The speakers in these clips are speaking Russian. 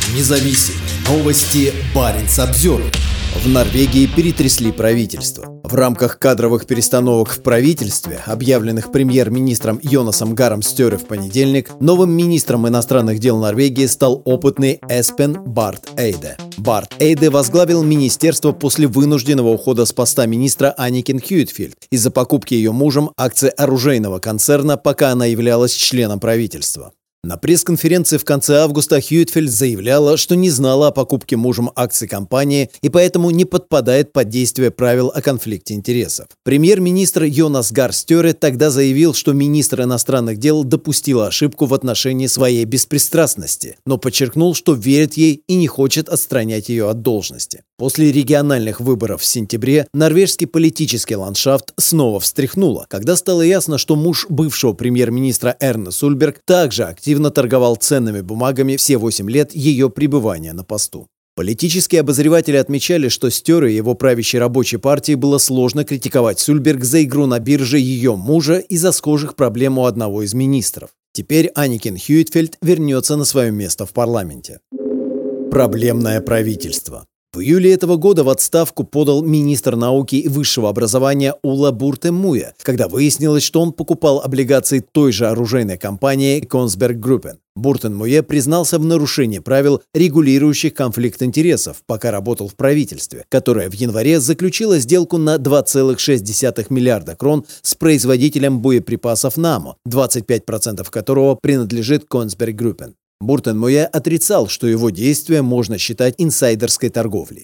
Независимые новости. Баренц-Обзервер. В Норвегии перетрясли правительство. В рамках кадровых перестановок в правительстве, объявленных премьер-министром Йонасом Гаром Стёре в понедельник, новым министром иностранных дел Норвегии стал опытный Эспен Барт Эйде. Барт Эйде возглавил министерство после вынужденного ухода с поста министра Анникен Хюитфельд из-за покупки ее мужем акций оружейного концерна, пока она являлась членом правительства. На пресс-конференции в конце августа Хюитфельд заявляла, что не знала о покупке мужем акций компании и поэтому не подпадает под действие правил о конфликте интересов. Премьер-министр Йонас Гар Стёре тогда заявил, что министр иностранных дел допустила ошибку в отношении своей беспристрастности, но подчеркнул, что верит ей и не хочет отстранять ее от должности. После региональных выборов в сентябре норвежский политический ландшафт снова встряхнуло, когда стало ясно, что муж бывшего премьер-министра Эрне Сольберг также активно торговал ценными бумагами все 8 лет ее пребывания на посту. Политические обозреватели отмечали, что Стёре и его правящей рабочей партии было сложно критиковать Сольберг за игру на бирже ее мужа из-за схожих проблем у одного из министров. Теперь Анникен Хюитфельд вернется на свое место в парламенте. Проблемное правительство. В июле этого года в отставку подал министр науки и высшего образования Ула Бурте Муе, когда выяснилось, что он покупал облигации той же оружейной компании Kongsberg Gruppen. Буртен Муе признался в нарушении правил, регулирующих конфликт интересов, пока работал в правительстве, которое в январе заключило сделку на 2,6 миллиарда крон с производителем боеприпасов НАМО, 25% которого принадлежит Kongsberg Gruppen. Буртен Муе отрицал, что его действия можно считать инсайдерской торговлей.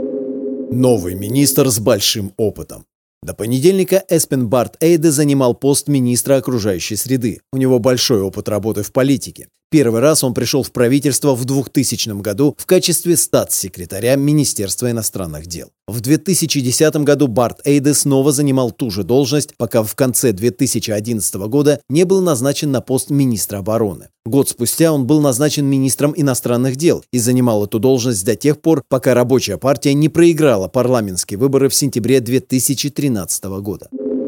Новый министр с большим опытом. До понедельника Эспен Барт Эйде занимал пост министра окружающей среды. У него большой опыт работы в политике. Первый раз он пришел в правительство в 2000 году в качестве статс-секретаря Министерства иностранных дел. В 2010 году Барт Эйде снова занимал ту же должность, пока в конце 2011 года не был назначен на пост министра обороны. Год спустя он был назначен министром иностранных дел и занимал эту должность до тех пор, пока рабочая партия не проиграла парламентские выборы в сентябре 2013 года.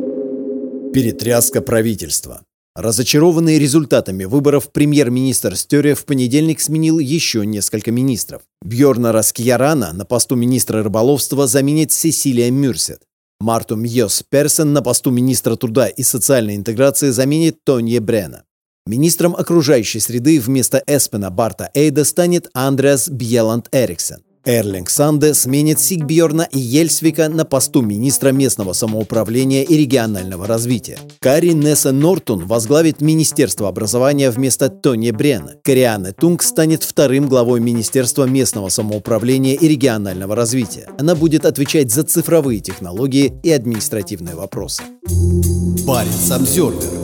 Перетряска правительства. Разочарованный результатами выборов, премьер-министр Стёре в понедельник сменил еще несколько министров. Бьорна Скьярана на посту министра рыболовства заменит Сесилия Мюрсет. Марту Мьёс Персен на посту министра труда и социальной интеграции заменит Тонье Брена. Министром окружающей среды вместо Эспена Барта Эйде станет Андреас Бьеланд Эриксен. Эрлинг Санде сменит Сигбьорна Йельсвика на посту министра местного самоуправления и регионального развития. Кари Нессе Нортун возглавит Министерство образования вместо Тони Брена. Кариане Тунг станет вторым главой Министерства местного самоуправления и регионального развития. Она будет отвечать за цифровые технологии и административные вопросы. Баренц-Обзервер.